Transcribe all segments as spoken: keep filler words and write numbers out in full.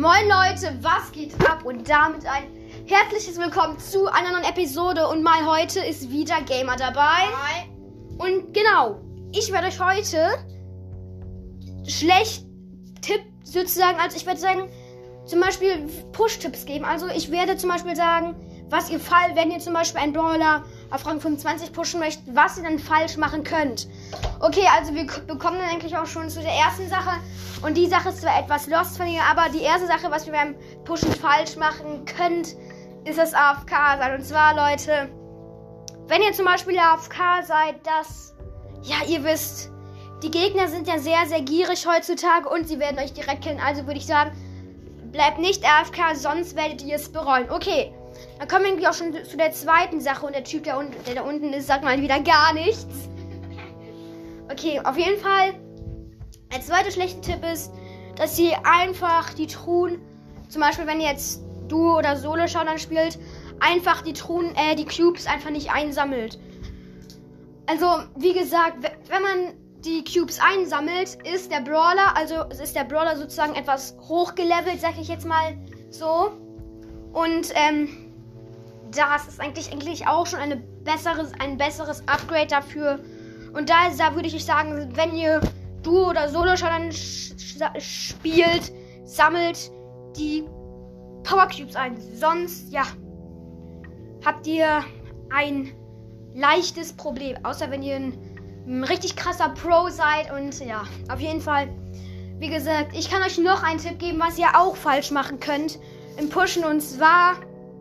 Moin Leute, was geht ab? Und damit ein herzliches Willkommen zu einer neuen Episode. Und mal heute ist wieder Gamer dabei. Hi. Und genau, ich werde euch heute schlecht Tipp sozusagen, also ich werde sagen, zum Beispiel Push-Tipps geben. Also ich werde zum Beispiel sagen, was ihr fall, wenn ihr zum Beispiel einen Brawler auf Rang fünfundzwanzig pushen möchtet, was ihr dann falsch machen könnt. Okay, also wir bekommen dann eigentlich auch schon zu der ersten Sache. Und die Sache ist zwar etwas lost von ihr, aber die erste Sache, was wir beim Pushen falsch machen könnt, ist das A F K sein. Und zwar, Leute, wenn ihr zum Beispiel A F K seid, dass, ja, ihr wisst, die Gegner sind ja sehr, sehr gierig heutzutage und sie werden euch direkt killen. Also würde ich sagen, bleibt nicht A F K, sonst werdet ihr es bereuen. Okay, dann kommen wir irgendwie auch schon zu der zweiten Sache. Und der Typ, der, un- der da unten ist, sagt mal wieder gar nichts. Okay, auf jeden Fall, ein zweiter schlechter Tipp ist, dass ihr einfach die Truhen, zum Beispiel wenn ihr jetzt Duo oder Solo-Showdown spielt, einfach die Truhen, äh, die Cubes einfach nicht einsammelt. Also, wie gesagt, wenn man die Cubes einsammelt, ist der Brawler, also es ist der Brawler sozusagen etwas hochgelevelt, sag ich jetzt mal so. Und ähm, das ist eigentlich, eigentlich auch schon eine besseres, ein besseres Upgrade dafür. Und da, da würde ich sagen, wenn ihr Duo oder Solo-Showdown spielt, sammelt die Power Cubes ein. Sonst, ja, habt ihr ein leichtes Problem. Außer wenn ihr ein, ein richtig krasser Pro seid. Und ja, auf jeden Fall, wie gesagt, ich kann euch noch einen Tipp geben, was ihr auch falsch machen könnt im Pushen. Und zwar,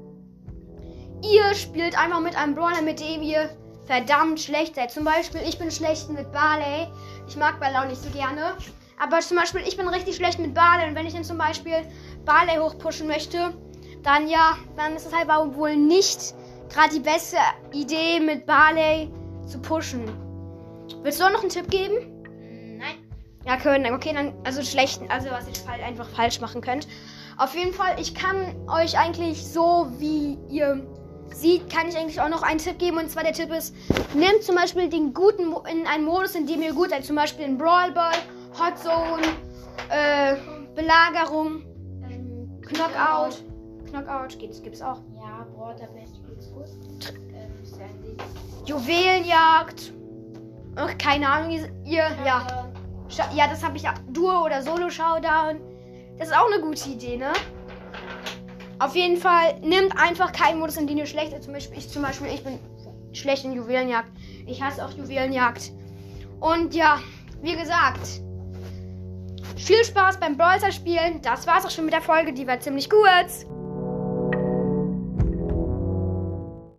ihr spielt einfach mit einem Brawler, mit dem ihr verdammt schlecht seid. Zum Beispiel, ich bin schlecht mit Barley. Ich mag Barley auch nicht so gerne. Aber zum Beispiel, ich bin richtig schlecht mit Barley. Und wenn ich dann zum Beispiel Barley hochpushen möchte, dann ja, dann ist es halt wohl nicht gerade die beste Idee, mit Barley zu pushen. Willst du auch noch einen Tipp geben? Nein. Ja, können. Okay, dann, also schlechten, also was ihr halt einfach falsch machen könnt. Auf jeden Fall, ich kann euch eigentlich so, wie ihr sieht, kann ich eigentlich auch noch einen Tipp geben. Und zwar der Tipp ist, nehmt zum Beispiel den guten Mo- in einen Modus, in dem ihr gut seid. Zum Beispiel in Brawl Ball, Hot Zone, äh, Belagerung, Ähm, Knockout. Knockout gibt's, gibt's auch. Ja, Brawl der Best geht's gut. Ähm, Sandy. Juwelenjagd. Ach, keine Ahnung, ihr, ihr ja. Scha- ja, das habe ich ja. Duo oder Solo-Showdown. Das ist auch eine gute Idee, ne? Auf jeden Fall, nimmt einfach keinen Modus, in dem ihr schlecht seid. Zum Beispiel, ich zum Beispiel, ich bin schlecht in Juwelenjagd. Ich hasse auch Juwelenjagd. Und ja, wie gesagt, viel Spaß beim Brawl Stars spielen. Das war's auch schon mit der Folge. Die war ziemlich kurz.